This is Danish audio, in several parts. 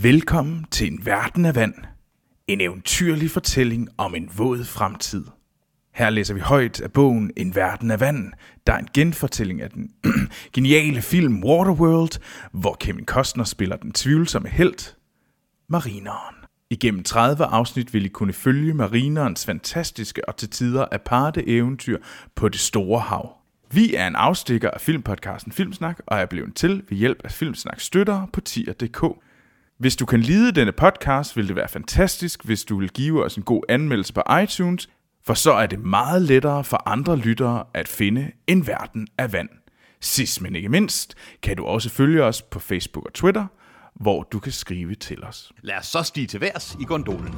Velkommen til En Verden af Vand. En eventyrlig fortælling om en våd fremtid. Her læser vi højt af bogen En Verden af Vand, der er en genfortælling af den geniale film Waterworld, hvor Kevin Costner spiller den tvivlsomme helt, marineren. Igennem 30 afsnit vil I kunne følge marinerens fantastiske og til tider aparte eventyr på det store hav. Vi er en afstikker af filmpodcasten Filmsnak, og er blevet til ved hjælp af Filmsnak støttere på tier.dk. Hvis du kan lide denne podcast, vil det være fantastisk, hvis du vil give os en god anmeldelse på iTunes, for så er det meget lettere for andre lyttere at finde En Verden af Vand. Sidst men ikke mindst, kan du også følge os på Facebook og Twitter, hvor du kan skrive til os. Lad os så stige til værs i gondolen.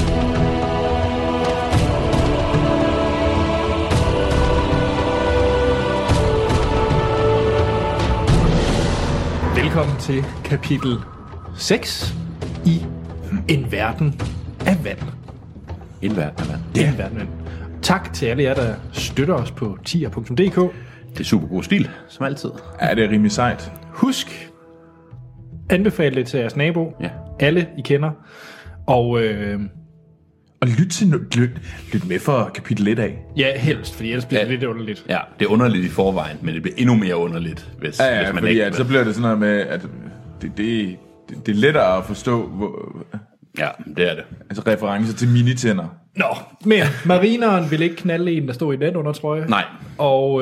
Velkommen til kapitel 6 i En Verden af Vand. En verden af vand. Ja. En Verden af Vand. Tak til alle jer, der støtter os på tier.dk. Det er super god stil, som altid. Ja, det er rimelig sejt. Husk, anbefale det til jeres nabo. Ja. Alle I kender. Og Og lyt med for kapitel 1 af. ja, helst, fordi ellers bliver det lidt underligt. Ja, det er underligt i forvejen, men det bliver endnu mere underligt, hvis man fordi ikke... at så bliver det sådan noget med, at det er lettere at forstå, Ja, det er det. altså referencer til minitænder. Nå, men marineren vil ikke knalde en, der stod i netundertrøje. Nej, Og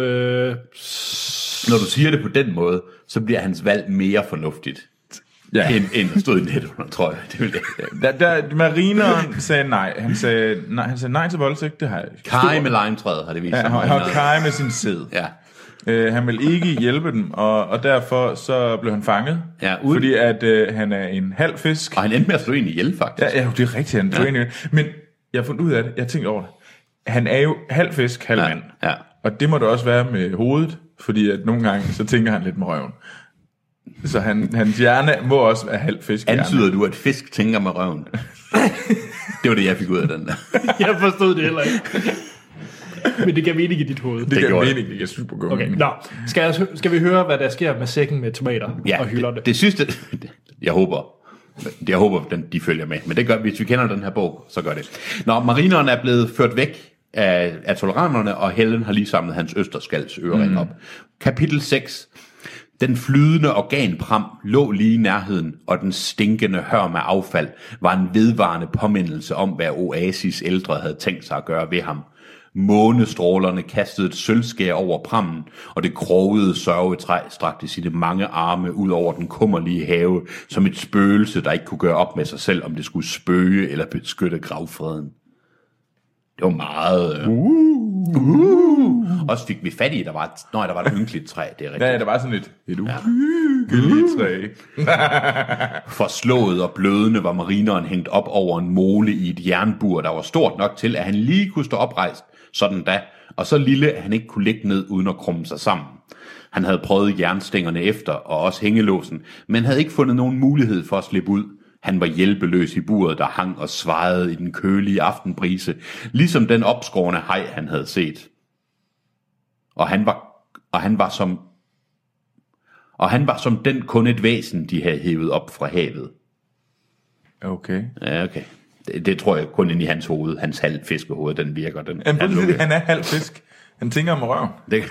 når du siger det på den måde, så bliver hans valg mere fornuftigt, end at stå i net under, tror jeg. Det vil det. Marineren sagde nej. Han sagde nej til voldtægt. Det har jeg. Kaj med limetræet har det vist sig. Han har Kaj med sin sæd. Ja. Han vil ikke hjælpe dem, og derfor så blev han fanget. Ja, fordi at han er en halv fisk. Og han endte med at slå en ihjel, faktisk. Ja, det er rigtigt, han slog en ihjel. Men jeg har fundet ud af det. Jeg tænkte over det. Han er jo halv fisk, halv mand. Ja. Og det må det også være med hovedet, fordi at nogle gange så tænker han lidt med røven. Så hans hjerne må også være halv fisk. Antyder du, at fisk tænker med røven? Det var det, jeg fik ud af den der. jeg forstod det heller ikke. Men det gav mening i dit hoved. Det gav mening, det gav super god mening. Nå, skal vi høre, hvad der sker med sækken med tomater og hylderne? Det sidste, jeg håber, de følger med. Men det gør, hvis vi kender den her bog, så gør det. Når marineren er blevet ført væk af toleranerne, og Helen har lige samlet hans østerskals ørering op. Kapitel 6. Den flydende organpram lå lige i nærheden, og den stinkende hør med affald var en vedvarende påmindelse om, hvad Oasis ældre havde tænkt sig at gøre ved ham. Månestrålerne kastede et sølvskær over prammen, og det krogede sørgetræ strakte sine mange arme ud over den kummerlige have, som et spøgelse, der ikke kunne gøre op med sig selv, om det skulle spøge eller beskytte gravfreden. Det var meget... Også fik vi fat i, der var et ynkeligt træ, det er rigtigt. Ja, der var sådan et ynkeligt træ. Forslået og blødende var marineren hængt op over en mole i et jernbur, der var stort nok til, at han lige kunne stå oprejst, sådan da, og så lille, at han ikke kunne ligge ned uden at krumme sig sammen. Han havde prøvet jernstængerne efter, og også hængelåsen, men havde ikke fundet nogen mulighed for at slippe ud. Han var hjælpeløs i buret, der hang og svajede i den kølige aftenbrise, ligesom den opskårne haj, han havde set. Og han var som den kun et væsen, de havde hævet op fra havet. Okay. Ja, okay. Det tror jeg kun ind i hans hoved, hans halv fiskehoved, den virker. Han er halv fisk. Han tænker om røven.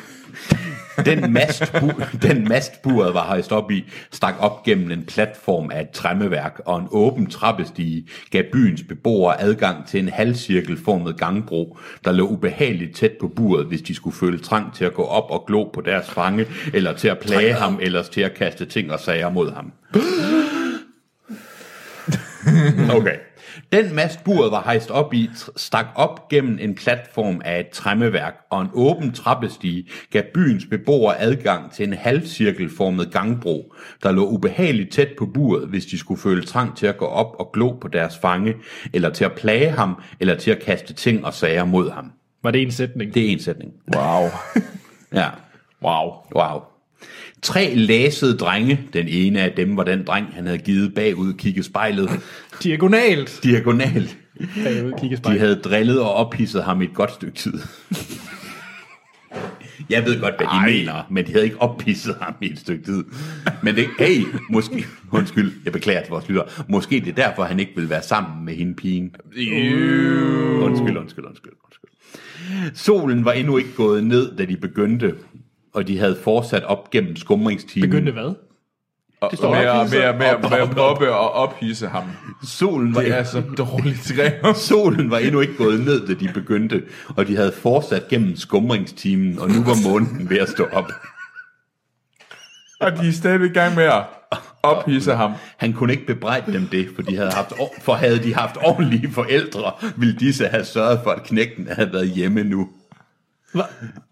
Den mastburet var hejst op i, stak op gennem en platform af et træmmeværk, og en åben trappestige gav byens beboere adgang til en halvcirkelformet gangbro, der lå ubehageligt tæt på buret, hvis de skulle føle trang til at gå op og glo på deres fange, eller til at plage ham, eller til at kaste ting og sager mod ham. Okay. Den mast buret var hejst op i, stak op gennem en platform af et træmmeværk, og en åben trappestige gav byens beboere adgang til en halvcirkelformet gangbro, der lå ubehageligt tæt på buret, hvis de skulle føle trang til at gå op og glo på deres fange, eller til at plage ham, eller til at kaste ting og sager mod ham. Var det en sætning? Det er en sætning. Wow. Ja. Wow. 3 læsede drenge, den ene af dem var den dreng, han havde givet bagud kigge spejlet. Diagonalt. Bagud kigge spejlet. De havde drillet og ophidset ham i et godt stykke tid. Jeg ved godt, hvad de mener, men de havde ikke oppisset ham i et stykke tid. Men det, måske, undskyld, jeg beklager til vores lytter, måske det er derfor, han ikke vil være sammen med hende pigen. Undskyld. Solen var endnu ikke gået ned, da de begyndte, og de havde fortsat op gennem skumringstimen. Begyndte hvad? Det står med at mobbe og ophisse ham. Solen var Det er så dårligt skrevet. Solen var endnu ikke gået ned, da de begyndte, og de havde fortsat gennem skumringstimen, og nu var månen ved at stå op. Og de er stadig i gang med at ophisse ham. Han kunne ikke bebrejde dem det, for havde de haft ordentlige forældre, ville disse have sørget for, at knægten havde været hjemme nu. Wow,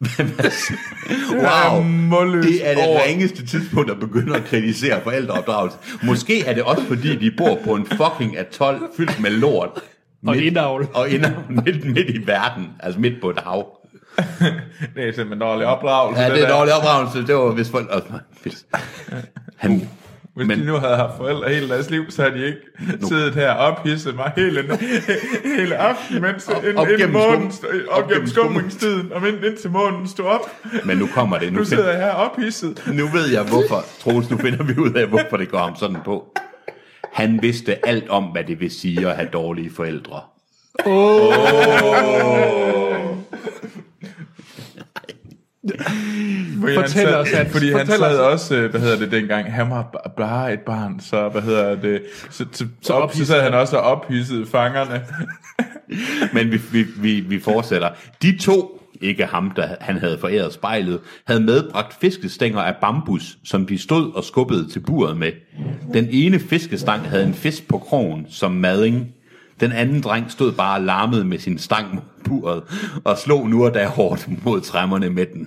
det er det ringeste tidspunkt at begynde at kritisere forældreopdragelse. Måske er det også fordi, de bor på en fucking atol fyldt med lort. Og indavl. midt i verden, altså midt på et hav. Det er simpelthen dårlig opdragelse. Ja, det er dårlig opdragelse. Det var hvis folk... Hvis de nu havde haft forældre hele deres liv, så havde de ikke siddet her og ophidset mig hele aften, mens op gennem skumringstiden, og indtil månen stod op. Men nu kommer det. Nu sidder jeg her ophidset. Nu ved jeg hvorfor. Troels, nu finder vi ud af, hvorfor det går ham sådan på. Han vidste alt om, hvad det vil sige at have dårlige forældre. Fordi han sad også, dengang han var bare et barn, så sad han også og ophissede fangerne. Men vi fortsætter. De to, ikke ham, der han havde foræret spejlet, havde medbragt fiskestænger af bambus, som de stod og skubbede til buret med. Den ene fiskestang havde en fisk på krogen som mading. Den anden dreng stod bare og larmede med sin stang mod buret, og slog nu og da hårdt mod træmmerne med den.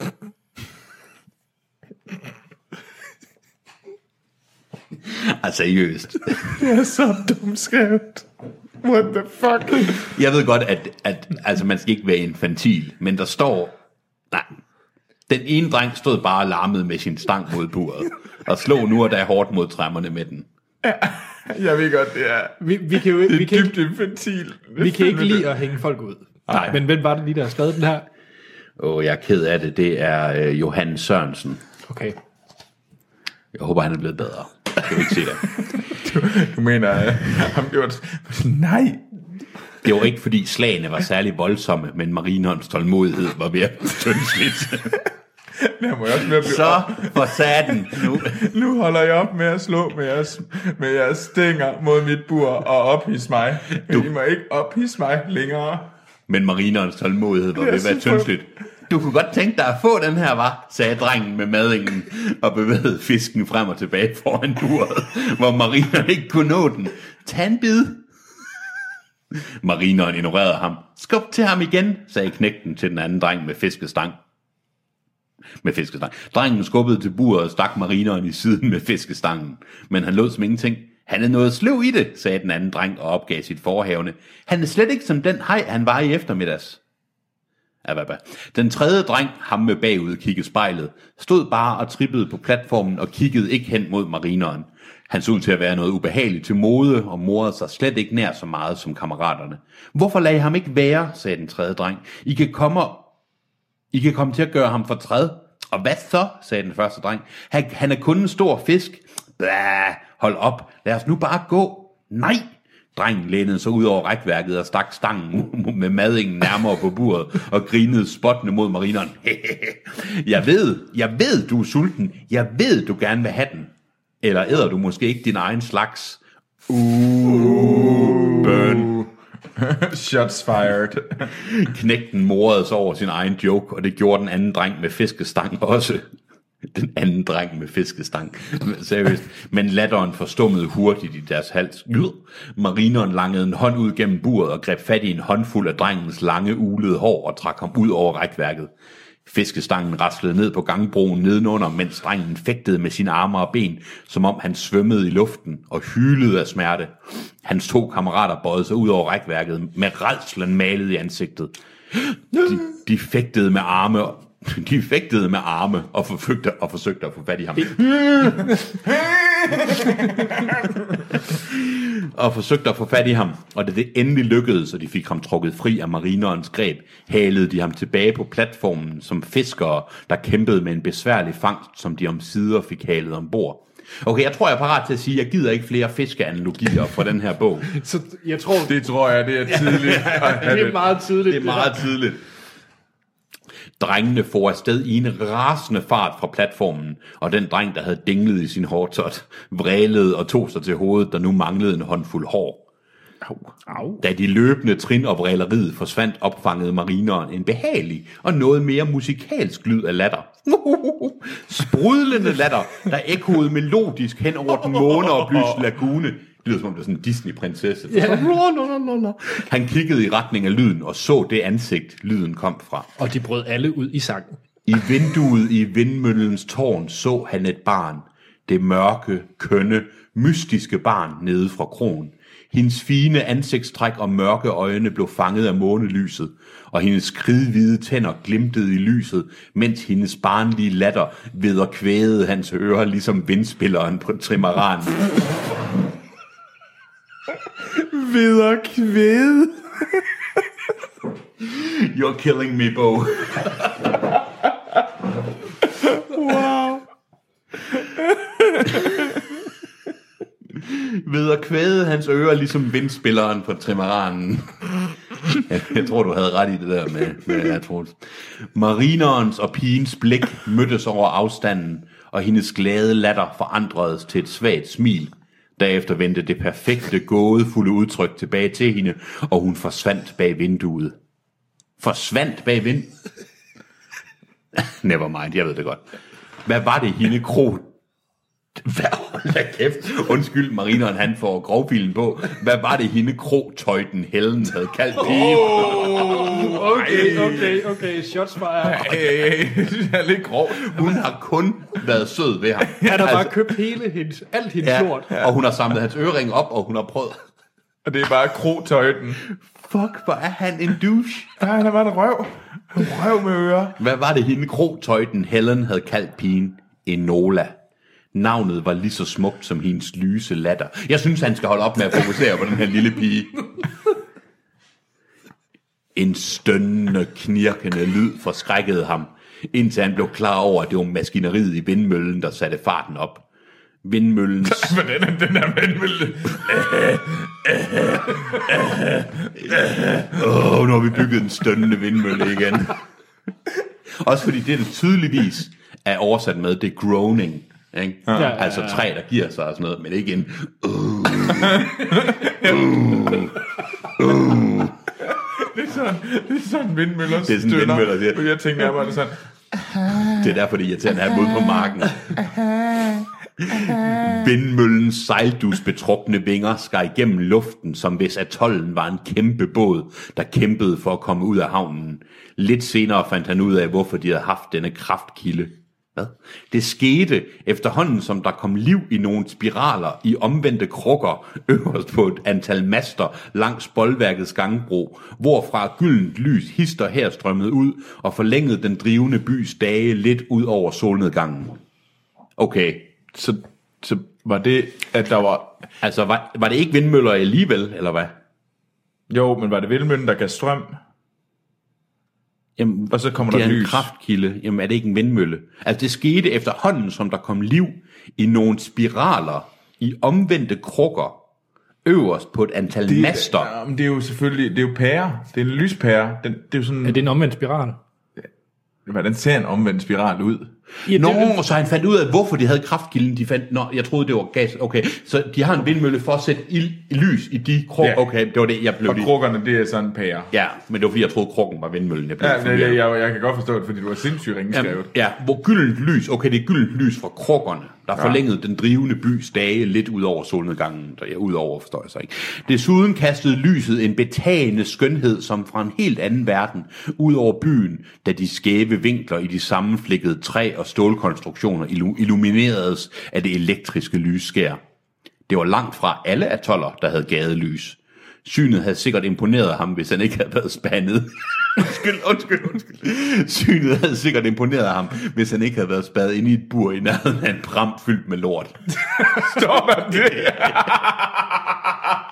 Altså seriøst. Det er så dumt skrevet. What the fuck? Jeg ved godt, at altså man skal ikke være infantil, men der står... Nej. Den ene dreng stod bare og larmede med sin stang mod buret, og slog nu og da hårdt mod træmmerne med den. Ja, jeg ved godt, det er... Vi kan jo det er dybt infantil. Vi kan ikke lide at hænge folk ud. Nej. Men hvem var det lige, der har skrevet den her? Jeg er ked af det. Det er Johan Sørensen. Okay. Jeg håber, han er blevet bedre. Jeg kan ikke se det. Du mener, ham gjort... Nej. Det var ikke, fordi slagene var særlig voldsomme, men Marinerens tålmodighed var ved at tyndsligt. Så for satan. Nu holder jeg op med at slå med jeres stænger mod mit bur og ophisse mig. Men I må ikke ophisse mig længere. Men Marinerens tålmodighed var ved at være tyndsligt. Du kunne godt tænke dig at få den her, var, sagde drengen med madingen, og bevægede fisken frem og tilbage foran buret, hvor Marineren ikke kunne nå den. Tag en bid. Marineren ignorerede ham. Skub til ham igen, sagde knægten til den anden dreng med fiskestang. Drengen skubbede til buret og stak Marineren i siden med fiskestangen, men han lod som ingenting. Han er noget sløv i det, sagde den anden dreng og opgav sit forhavne. Han er slet ikke som den haj, han var i eftermiddags. Den tredje dreng, ham med bagudkigget spejlet, stod bare og trippede på platformen og kiggede ikke hen mod Marineren. Han så ud til at være noget ubehageligt til mode og morede sig slet ikke nær så meget som kammeraterne. Hvorfor lagde ham ikke være, sagde den tredje dreng. I kan komme til at gøre ham fortræd. Og hvad så, sagde den første dreng. Han er kun en stor fisk. Blah, hold op, lad os nu bare gå. Nej! Drengen lænede sig ud over rækværket og stak stangen med madingen nærmere på buret og grinede spottende mod Marineren. Jeg ved, du er sulten. Jeg ved, du gerne vil have den. Eller æder du måske ikke din egen slags? Burn. Shots fired. Knægten morede sig over sin egen joke, og det gjorde den anden dreng med fiskestang også. Den anden dreng med fiskestang. Seriøst. Men latteren forstummede hurtigt i deres hals. Marineren langede en hånd ud gennem buret og greb fat i en håndfuld af drengens lange, ulede hår og trak ham ud over rækværket. Fiskestangen raslede ned på gangbroen nedenunder, mens drengen fægtede med sine arme og ben, som om han svømmede i luften og hylede af smerte. Hans to kammerater bøjede sig ud over rækværket med rædslen malet i ansigtet. De fægtede med arme og forsøgte at få fat i ham. og forsøgte at få fat i ham, og da det endelig lykkedes, og de fik ham trukket fri af marinerens greb, halede de ham tilbage på platformen som fiskere, der kæmpede med en besværlig fangst, som de omsider fik halet ombord. Okay, jeg tror, jeg er parat til at sige, at jeg gider ikke flere fiskeanalogier fra den her bog. Så jeg tror... Det tror jeg, det er tidligt. Det er meget tydeligt. Det er meget tidligt. Drengene får afsted i en rasende fart fra platformen, og den dreng, der havde dinglet i sin hårtot, vrælede og tog sig til hovedet, der nu manglede en håndfuld hår. Au. Da de løbende trin og vræleriet forsvandt, opfangede marineren en behagelig og noget mere musikalsk lyd af latter. Sprudlende latter, der ekkoede melodisk hen over den måneoplyste lagune. Det lyder som om det er sådan en Disney-prinsesse. Yeah. Han kiggede i retning af lyden og så det ansigt, lyden kom fra. Og de brød alle ud i sangen. I vinduet i vindmøllens tårn så han et barn. Det mørke, kønne, mystiske barn nede fra kronen. Hendes fine ansigtstræk og mørke øjne blev fanget af månelyset, og hendes kridhvide tænder glimtede i lyset, mens hendes barnlige latter vederkvædede hans ører, ligesom vindspilleren på trimaran. Vederkvæde. You're killing me, Bo. Wow. Ved at kvæde hans ører, ligesom vindspilleren på trimaranen. Jeg tror, du havde ret i det der med Troels. Marinerens og pigens blik mødtes over afstanden, og hendes glade latter forandredes til et svagt smil. Derefter vendte det perfekte, gådefulde udtryk tilbage til hende, og hun forsvandt bag vinduet. Forsvandt bag vinduet? Never mind, jeg ved det godt. Hvad var det, hende Hold da kæft. Undskyld, marineren, han får grovfilen på. Hvad var det, hende krogtøjten Helen havde kaldt det? Okay. Shots fired. Det er lidt grov. Hun har kun været sød ved ham. Han har bare købt alt hendes lort. Og hun har samlet hans ørering op, og hun har prøvet. Og det er bare krogtøjten. Fuck, hvor er han en douche. Nej, han er bare en røv. En røv med ører. Hvad var det, hende krogtøjten Helen havde kaldt pigen? Enola. Navnet var lige så smukt som hendes lyse latter. Jeg synes, han skal holde op med at fokusere på den her lille pige. En stønnende, knirkende lyd forskrækkede ham, indtil han blev klar over, at det var maskineriet i vindmøllen, der satte farten op. Vindmøllens... Hvordan er den her vindmølle? Nu har vi bygget en stønnende vindmølle igen. Også fordi det tydeligvis er oversat med, det groaning. Ikke? Ja. Altså træ, der giver sig og sådan noget, men ikke en... Det er sådan vindmøller Det er sådan vindmøller, siger. Jeg tænker bare, det er sådan... Det er derfor, det er irriterende at have dem ude på marken. Vindmøllens sejldusbetrukne vinger skar igennem luften, som hvis atollen var en kæmpe båd, der kæmpede for at komme ud af havnen. Lidt senere fandt han ud af, hvorfor de havde haft denne kraftkilde. Hvad? Det skete efterhånden, som der kom liv i nogle spiraler i omvendte krukker øverst på et antal master langs boldværkets gangbro, hvorfra gyldent lys hister her strømmede ud og forlængede den drivende bys dage lidt ud over solnedgangen. Okay. Så var det, at der var... Altså, var det ikke vindmøller alligevel, eller hvad? Jo, men var det vindmøllen, der gav strøm? Jamen, og så kommer der lys. Det er en kraftkilde. Jamen, er det ikke en vindmølle? Altså, det skete efterhånden, som der kom liv i nogle spiraler i omvendte krukker øverst på et antal master. Ja, men det er jo selvfølgelig... Det er jo pære. Det er en lyspære. Det er jo sådan... Er det en omvendt spiral? Hvordan ser en omvendt spiral ud? Ja, så han fandt ud af, hvorfor de havde kraftkilden. Jeg troede, det var gas. Okay, så de har en vindmølle for at sætte lys i de krukker. Ja. Okay, det var det, jeg blev... Og krukkerne, det er sådan en pære. Ja, men det var fordi, jeg troede, krukken var vindmøllen. Jeg kan godt forstå det, fordi du var sindssygt ringskrevet. Ja, hvor gyldent lys... Okay, det er gyldent lys fra krukkerne, der forlængede den drivende bys dage lidt ud over solnedgangen. Ud over, forstår jeg så ikke. Desuden kastede lyset en betagende skønhed, som fra en helt anden verden, ud over byen, da de skæve vinkler i de sammenflækkede træ og stålkonstruktioner illumineredes af det elektriske lysskær. Det var langt fra alle atoller, der havde gadelys. Synet havde sikkert imponeret ham, hvis han ikke havde været spandet. Undskyld. Synet havde sikkert imponeret ham, hvis han ikke havde været spadet inde i et bur i nærheden af en pram fyldt med lort. Står der det?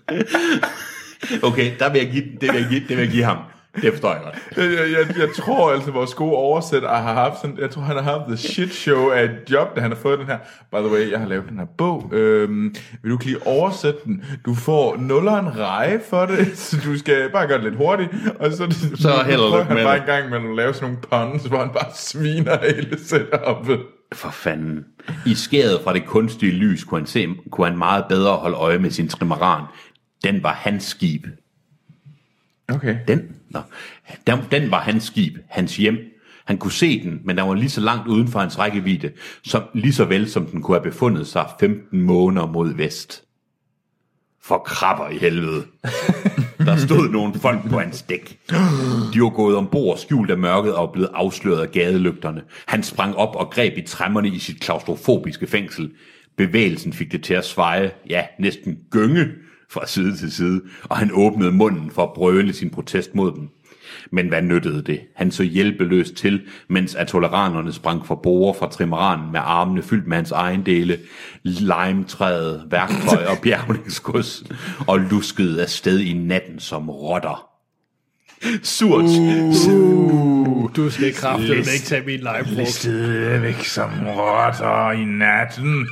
Okay, der vil jeg give ham. Det forstår jeg godt. Jeg tror altså, vores gode oversætter har haft sådan, jeg tror, han har haft the shit show af et job, da han har fået den her. By the way, jeg har lavet den her bog. Vil du lige oversætte den? Du får 0'eren reje for det, så du skal bare gøre det lidt hurtigt. Og så hælder han bare en gang med at lave sådan nogle puns, hvor han bare sviner hele setupet. For fanden. I skæret fra det kunstige lys kunne han meget bedre holde øje med sin trimaran. Den var hans skib. Okay. Den var hans skib, hans hjem. Han kunne se den, men den var lige så langt uden for hans rækkevidde, lige så vel som den kunne have befundet sig 15 måneder mod vest. For krabber i helvede. Der stod nogle folk på hans dæk. De var gået ombord, skjult af mørket og blevet afsløret af gadelygterne. Han sprang op og greb i træmmerne i sit klaustrofobiske fængsel. Bevægelsen fik det til at sveje, ja, næsten gynge fra side til side, og han åbnede munden for at brøle sin protest mod dem. Men hvad nyttede det? Han så hjælpeløst til, mens atoleranerne sprang for borde fra trimaranen med armene fyldt med hans ejendele, limetræet, værktøj og bjergningsgods, og luskede afsted i natten som rotter. Surt. Du skal kraftedeme ikke tage min limefrugt. Listede væk som rotter i natten.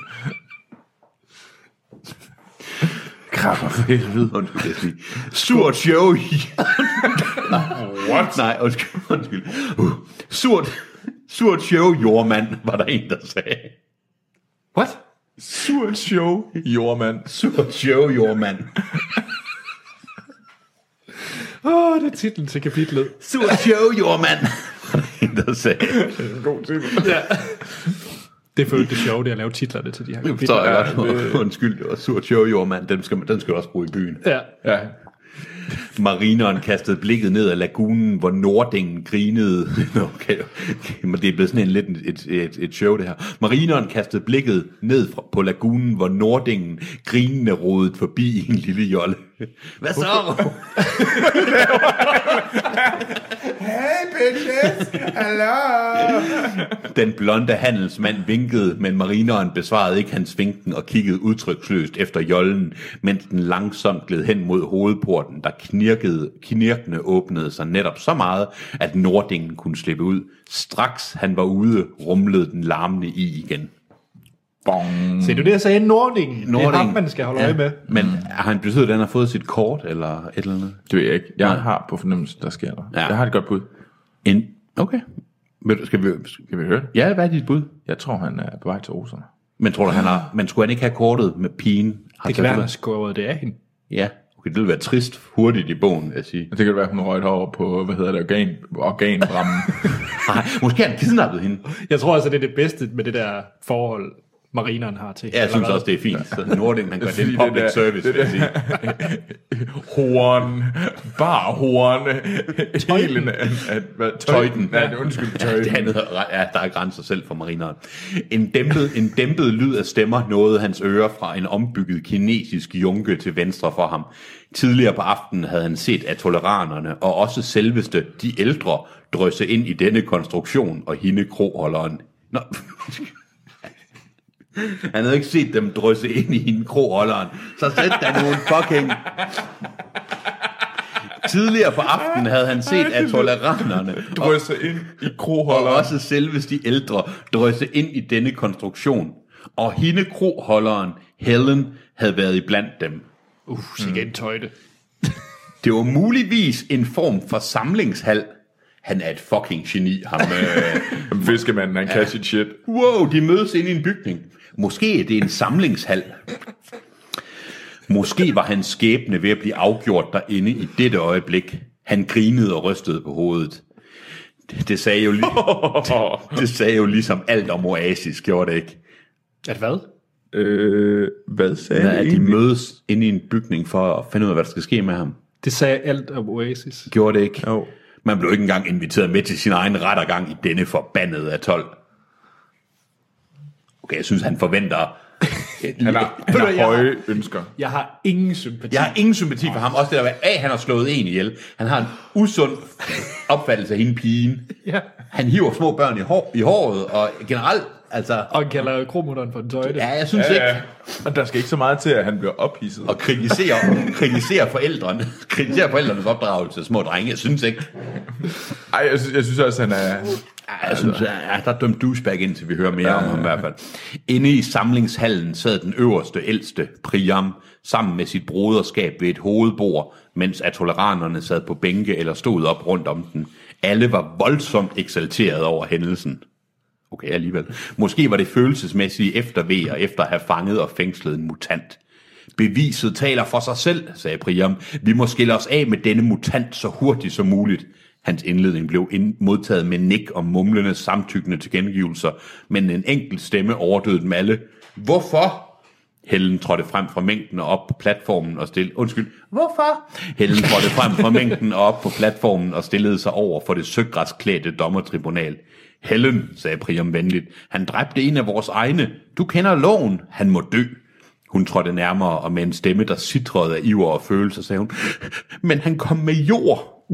Krabber for helvede. Undskyld, jeg sige. Surt show. What? Nej, undskyld. Surt show, jordmand, var der en, der sagde. What? Surt show, jordmand. Surt show, jordmand. Det er titlen til kapitlet. Surt show, jordmand. Var der en, der sagde. God titel. Ja. Det følte det sjovt, at lave titlerne til de her kapitler. Forstår jeg godt. Undskyld, det var surt show, jordmand. Den skal du også bruge i byen. Ja. Marineren kastede blikket ned ad lagunen, hvor Nordingen grinede. Okay. Det er blevet sådan lidt et show, det her. Marineren kastede blikket ned på lagunen, hvor Nordingen grinende rodede forbi en lille jolle. Hvad så? Hey bitches, hello. Den blonde handelsmand vinkede, men marineren besvarede ikke hans vinken og kiggede udtryksløst efter jollen, mens den langsomt gled hen mod hovedporten, der knirkende åbnede sig netop så meget, at Nordingen kunne slippe ud. Straks han var ude, rumlede den larmende i igen. Bong. Se du det, jeg sagde? Nordingen. Det er ham, man skal holde øje med. Men har han betydet, at den har fået sit kort, eller et eller andet? Det ved jeg ikke. Jeg har på fornemmelse, der sker der. Ja. Jeg har et godt bud. Okay. Skal vi høre det? Ja, hvad er dit bud? Jeg tror, han er på vej til Oserne. Men tror du, men skulle han ikke have kortet med pigen? Det kan være, han har skåret det af hende. Ja, okay, det ville være trist hurtigt i bogen, at sige. Det kan være, hun røget over på, organbrammen. Nej, måske har han kidnappet hende. Jeg tror altså, det er det bedste med det der forhold, marineren har til. Ja, jeg synes også, det er fint. Så Nording, han gør det en public service, vil jeg sige. Horn, bare horn, tøjlen, Tøjten. Ja, undskyld, tøjten. Der er grænser selv for marineren. En dæmpet lyd af stemmer nåede hans ører fra en ombygget kinesisk junke til venstre for ham. Tidligere på aftenen havde han set atoleranerne og også selveste de ældre drøsse ind i denne konstruktion og hende kroholderen. Nå. Han havde ikke set dem drysse ind i hende kroholderen. Så sæt der nogle fucking... Tidligere på aftenen havde han set atoleranerne drøsse ind i kroholderen. Og også selveste de ældre drøsse ind i denne konstruktion. Og hende kroholderen, Helen, havde været iblandt dem. Sikke en tøjte. Det var muligvis en form for samlingshal. Han er et fucking geni, ham. Fiskemanden, han kan sit shit. Wow, de mødes inde i en bygning. Måske er det en samlingshal. Måske var hans skæbne ved at blive afgjort derinde i dette øjeblik. Han grinede og rystede på hovedet. Det sagde jo ligesom alt om Oasis, gjorde det ikke? At hvad? Hvad sagde at de mødes inde i en bygning for at finde ud af, hvad der skal ske med ham. Det sagde alt om Oasis. Gjorde det ikke? Jo. Man blev ikke engang inviteret med til sin egen rettergang i denne forbandede atol. Okay, jeg synes, han forventer... Han har høje ønsker. Jeg har ingen sympati. Jeg har ingen sympati for ham. Også det der med, at han har slået en ihjel. Han har en usund opfattelse af hende pigen. Ja. Han hiver små børn i håret, og generelt Altså, Og kalder kromutteren for en tøjte. ja, jeg synes ikke. Og der skal ikke så meget til, at han bliver ophidset. Og kritisere forældrene. Kritisere forældrenes opdragelse af små drenge. Jeg synes ikke. Ej, jeg synes også, han er... Jeg synes, der er dømt douchebag, indtil vi hører mere om ham i hvert fald. Inde i samlingshallen sad den ældste, Priam, sammen med sit broderskab ved et hovedbord, mens atoleranerne sad på bænke eller stod op rundt om den. Alle var voldsomt eksalteret over hændelsen. Okay, alligevel. Måske var det følelsesmæssige eftervejer efter at have fanget og fængslet en mutant. Beviset taler for sig selv, sagde Priam. Vi må skille os af med denne mutant så hurtigt som muligt. Hans indledning blev modtaget med nik og mumlende samtykkende tilkendegivelser, men en enkelt stemme overdøde dem alle. Hvorfor? Helen trådte frem fra mængden og op på platformen og stillede... Hvorfor? Helen trådte frem fra mængden og op på platformen og stillede sig over for det søgræsklædte dommertribunal. Helen, sagde Priam venligt, han dræbte en af vores egne. Du kender loven. Han må dø. Hun trådte nærmere, og med en stemme, der sitrede af iver og følelser, sagde hun, men han kom med jord.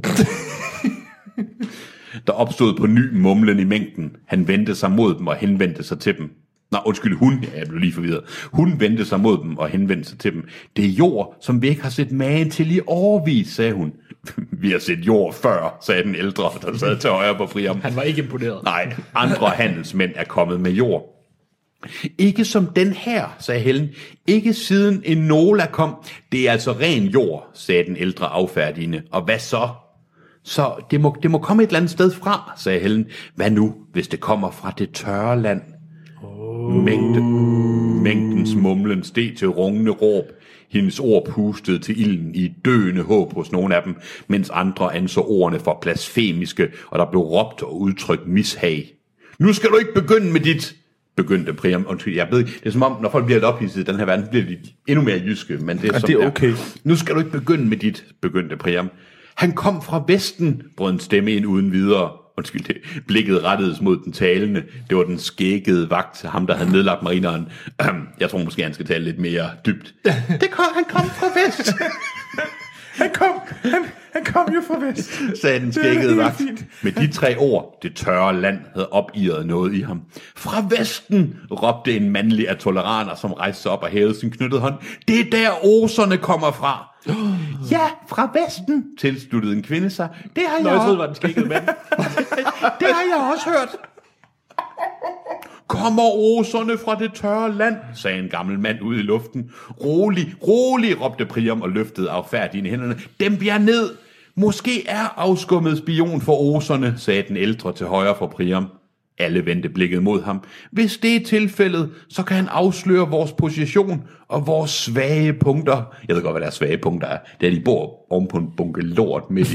Der opstod på ny mumlen i mængden. Han vendte sig mod dem og henvendte sig til dem. Jeg blev lige forvirret. Hun vendte sig mod dem og henvendte sig til dem. Det er jord, som vi ikke har set magen til i årevis, sagde hun. Vi har set jord før, sagde den ældre, der sad til højre på Priam. Han var ikke imponeret. Nej, andre handelsmænd er kommet med jord. Ikke som den her, sagde Helen. Ikke siden Enola kom. Det er altså ren jord, sagde den ældre affærdigende. Og hvad så? Så det må komme et eller andet sted fra, sagde Helen. Hvad nu, hvis det kommer fra det tørre land? Mængdens mumlen steg til rungende råb. Hendes ord pustede til ilden i døende håb hos nogle af dem, mens andre anså ordene for blasfemiske, og der blev råbt og udtrykt mishag. Nu skal du ikke begynde med dit... begyndte Priam. Undskyld, jeg ved, det er som om, når folk bliver ophidset i den her verden, bliver de endnu mere jyske, men det er, som det er okay. Nu skal du ikke begynde med dit, begyndte Priam. Han kom fra Vesten, brød en stemme ind uden videre. Undskyld, det blikket rettedes mod den talende. Det var den skæggede vagt, ham der havde nedlagt marineren. Jeg tror måske, han skal tale lidt mere dybt. Han kom fra Vest. Han kom jo fra Vest, sagde den skæggede vagt. Med de 3 ord, det tørre land, havde opirret noget i ham. Fra Vesten, råbte en mandlig atoleraner, som rejste sig op og hævede sin knyttede hånd. Det er der oserne kommer fra. Ja, fra Vesten, tilsluttede en kvinde sig. Det har jeg troede, var den skæggede mand. Det har jeg også hørt. Kommer oserne fra det tørre land, sagde en gammel mand ude i luften. Rolig, råbte Priam og løftede affærdigt i hænderne. Dem bliver ned. Måske er afskummet spion for oserne, sagde den ældre til højre for Priam. Alle vendte blikket mod ham. Hvis det er tilfældet, så kan han afsløre vores position og vores svage punkter. Jeg ved godt, hvad deres svage punkter er. Det er, de bor oven på en bunke lort midt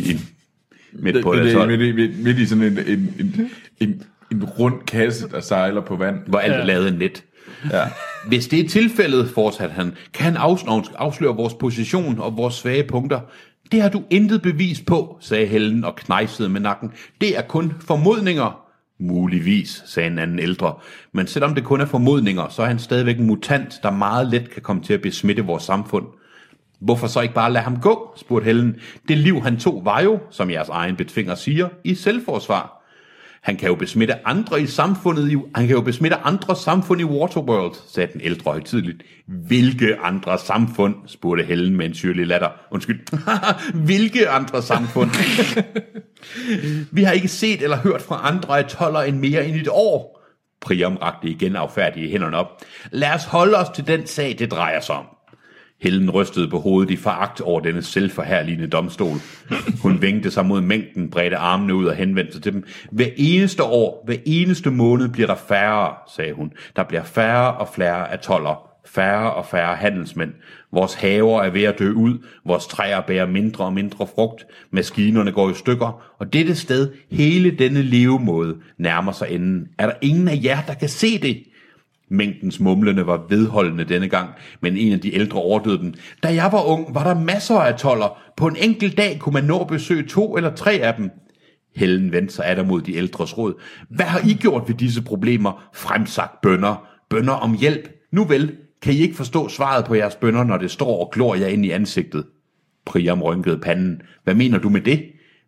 i sådan en rund kasse, der sejler på vand. Hvor alt er lavet net. Ja. Hvis det er tilfældet, fortsatte han, kan han afsløre vores position og vores svage punkter. Det har du intet bevis på, sagde Helen og knejsede med nakken. Det er kun formodninger. Muligvis, sagde en anden ældre. Men selvom det kun er formodninger, så er han stadigvæk en mutant, der meget let kan komme til at besmitte vores samfund. Hvorfor så ikke bare lade ham gå, spurgte Helen. Det liv han tog var jo, som jeres egen betvinger siger, i selvforsvar. Han kan jo besmitte andre i samfundet. Han kan jo besmitte andre samfund i Waterworld, sagde den ældre højtideligt. Hvilke andre samfund, spurgte Helen med en syrlig latter. Undskyld. Hvilke andre samfund? Vi har ikke set eller hørt fra andre atoller end mere end et år. Priam rakte igen affærdige hænderne op. Lad os holde os til den sag, det drejer sig om. Helen rystede på hovedet i foragt over denne selvforherligende domstol. Hun vinkede sig mod mængden, bredte armene ud og henvendte sig til dem. Hver eneste år, hver eneste måned bliver der færre, sagde hun. Der bliver færre og færre atoller, færre og færre handelsmænd. Vores haver er ved at dø ud, vores træer bærer mindre og mindre frugt, maskinerne går i stykker, og dette sted, hele denne levemåde, nærmer sig enden. Er der ingen af jer, der kan se det? Mængdens mumlende var vedholdende denne gang, men en af de ældre overdøde den. Da jeg var ung, var der masser af atoller. På en enkelt dag kunne man nå at besøge 2 eller 3 af dem. Helen vendte sig atter mod de ældres råd. Hvad har I gjort ved disse problemer? Fremsagt bønner. Bønner om hjælp. Nu vel, kan I ikke forstå svaret på jeres bønner, når det står og glor jer ind i ansigtet? Priam rynkede panden. Hvad mener du med det?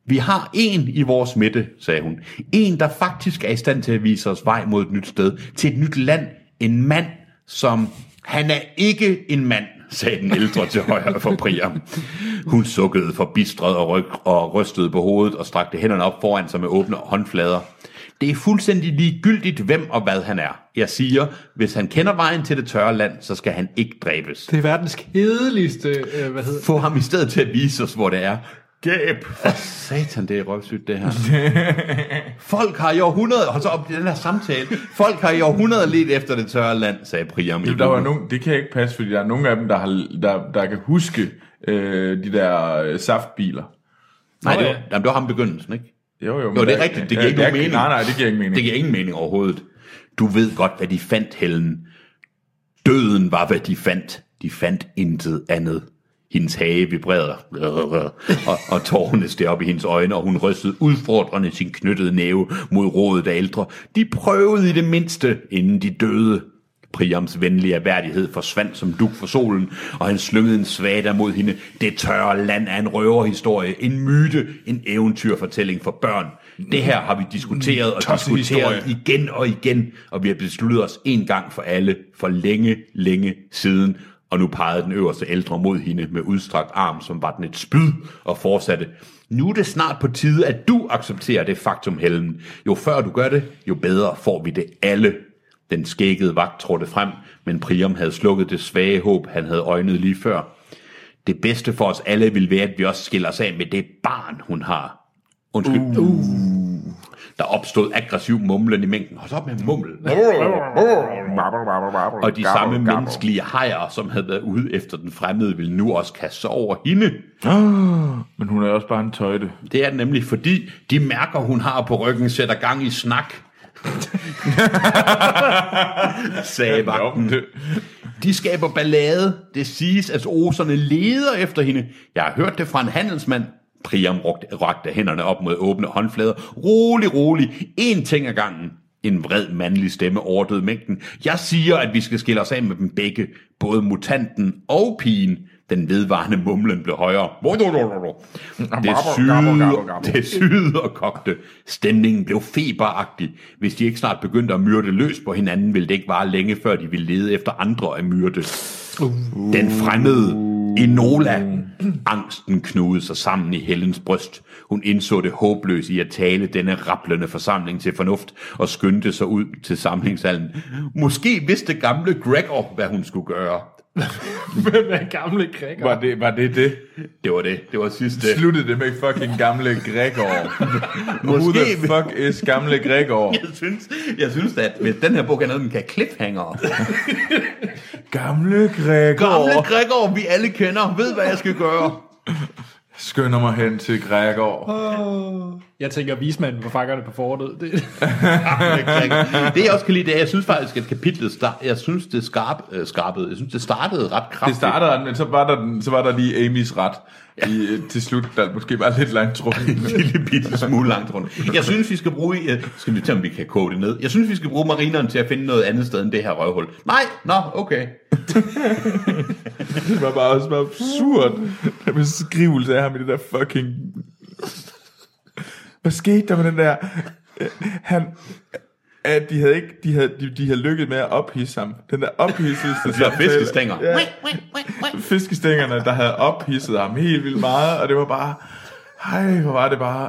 Vi har en i vores midte, sagde hun. En, der faktisk er i stand til at vise os vej mod et nyt sted, til et nyt land. En mand, som... Han er ikke en mand, sagde den ældre til højre for Priam. Hun sukkede forbistret og rystede på hovedet og strakte hænderne op foran sig med åbne håndflader. Det er fuldstændig ligegyldigt, hvem og hvad han er. Jeg siger, hvis han kender vejen til det tørre land, så skal han ikke dræbes. Det er verdens kedeligste, Få ham i stedet til at vise os, hvor det er. Gæb! For satan, det er røvsygt, det her. Folk har i århundreder, hold så op i den her samtale, folk har i århundreder let efter det tørre land, sagde Priam. Der var nogen, det kan ikke passe, fordi der er nogle af dem, der kan huske de der saftbiler. Nej, det var ham begyndelsen, ikke? Jo, det er rigtigt, det giver ikke nogen mening. Nej, det giver ikke mening. Det giver ingen mening overhovedet. Du ved godt, hvad de fandt, Helen. Døden var, hvad de fandt. De fandt intet andet. Hendes hage vibrerede, og tårerne steg op i hendes øjne, og hun rystede udfordrende sin knyttede næve mod rådet af ældre. De prøvede i det mindste, inden de døde. Priams venlige erhverdighed forsvandt som dug for solen, og han slyngede en svada mod hende. Det tørre land er en røverhistorie, en myte, en eventyrfortælling for børn. Det her har vi diskuteret og diskuteret igen og igen, og vi har besluttet os en gang for alle, for længe, længe siden. Og nu pegede den øverste ældre mod hende med udstrakt arm, som var den et spyd, og fortsatte. Nu er det snart på tide, at du accepterer det faktum, Helen. Jo før du gør det, jo bedre får vi det alle. Den skæggede vagt trådte frem, men Priam havde slukket det svage håb, han havde øjnet lige før. Det bedste for os alle vil være, at vi også skiller os af med det barn, hun har. Undskyld. Der opstod aggressiv mumlen i mængden. Hold op med mummel. Og de samme menneskelige hajer, som havde været ude efter den fremmede, ville nu også kaste sig over hende. Men hun er også bare en tøjte. Det er nemlig, fordi de mærker, hun har på ryggen, sætter gang i snak. Sagde vagten. De skaber ballade. Det siges, at oserne leder efter hende. Jeg har hørt det fra en handelsmand. Priam rakte hænderne op mod åbne håndflader. Rolig. En ting ad gangen. En vred mandlig stemme overdøde mængden. Jeg siger, at vi skal skille os af med dem begge. Både mutanten og pigen. Den vedvarende mumlen blev højere. Det syede og kogte. Stemningen blev feberagtig. Hvis de ikke snart begyndte at myrde løs på hinanden, ville det ikke vare længe, før de ville lede efter andre at myrde. Den fremmede Enola. Angsten knugede sig sammen i Helens bryst. Hun indså det håbløse i at tale denne rablende forsamling til fornuft og skyndte sig ud til samlingshallen. Måske vidste gamle Gregor, hvad hun skulle gøre. Hvem er gamle Gregor? Var det? Det var det. Det var sidste. Sluttede det med fucking gamle Gregor. Who the fuck is gamle Gregor? Jeg synes at hvis den her bog er noget, den kan cliffhanger. Gamle Gregor. Gamle Gregor, vi alle kender, ved hvad jeg skal gøre. Skynder mig hen til Gregor. Jeg tænker vismanden på fakkerne på fortet. Det jeg også kan lide, det er, jeg synes faktisk, at kapitlet jeg synes, det skarpede. Jeg synes, det startede ret kraftigt. Det startede, men så var der lige Amys ret. Til slut, der måske var lidt langt rundt. En lille bitte smule langt rundt. Jeg synes, vi skal bruge... Skal vi tage, om vi kan kode det ned? Jeg synes, vi skal bruge marineren til at finde noget andet sted end det her røvhul. Nej, okay. Det var bare også bare absurd. Den beskrivelse af ham i det der fucking... Hvad skete der med den der... At de havde lykket med at ophidse ham. Den der ophidselse... De der fiskestænger. Ja, fiskestængerne, der havde ophidset ham helt vildt meget, og det var bare... hvor var det bare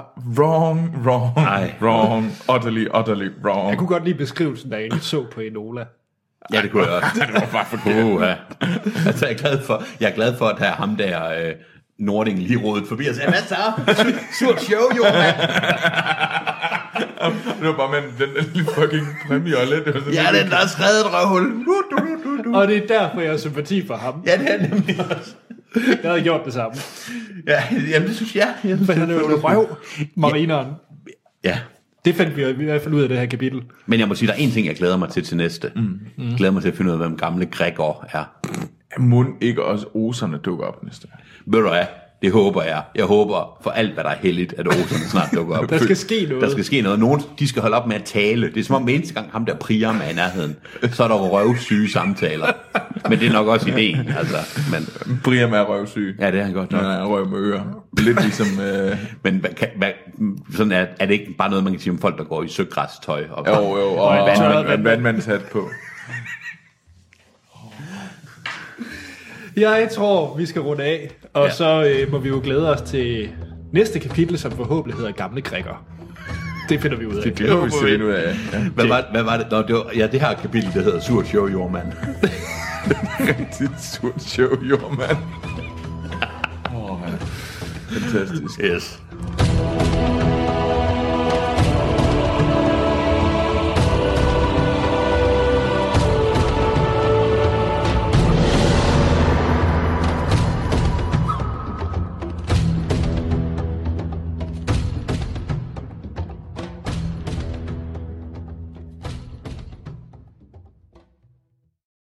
wrong, utterly wrong. Jeg kunne godt lide beskrivelsen, der egentlig så på Enola. Ja, det kunne jeg også. Det var bare forkert. Altså, jeg er glad for, at have ham der... Nording lige rodet forbi og sagde, hvad så? Surt show, jo, mand. Det var bare med den lille fucking premiole. Ja, den der er skrevet et røvhul. Og det er derfor, jeg har sympati for ham. Ja, det er nemlig også. Jeg havde gjort det samme. Ja, jamen det synes jeg. For han er jo en røv, marineren. Ja. Det fandt vi i hvert fald ud af det her kapitel. Men jeg må sige, der er en ting, jeg glæder mig til næste. Jeg glæder mig til at finde ud af, hvem gamle Gregor er. Må ikke også oserne dukker op næste? Ved du hvad? Det håber jeg. Jeg håber for alt, hvad der er heldigt, at oserne snart dukker op. Der skal ske noget. Der skal ske noget. Nogen, de skal holde op med at tale. Det er som om hver eneste gang ham der Priam er i nærheden, så er der røvsyge samtaler. Men det er nok også ideen, altså. Men Priam er røvsyg. ja, det er han godt nok. Han er røv med ører. Lidt ligesom... Men sådan er det ikke bare noget, man kan sige om folk, der går i søgræstøj? Og og en vandmandshat på. Jeg tror, vi skal runde af, og så må vi jo glæde os til næste kapitel, som forhåbentlig hedder Gamle Grækker. Det finder vi ud af. Det glæder vi sig ud af. Ja. Hvad var det? Nå, det her kapitel, der hedder Surt Show, jordmand. Rigtig surt show, jordmand. Fantastisk. Yes.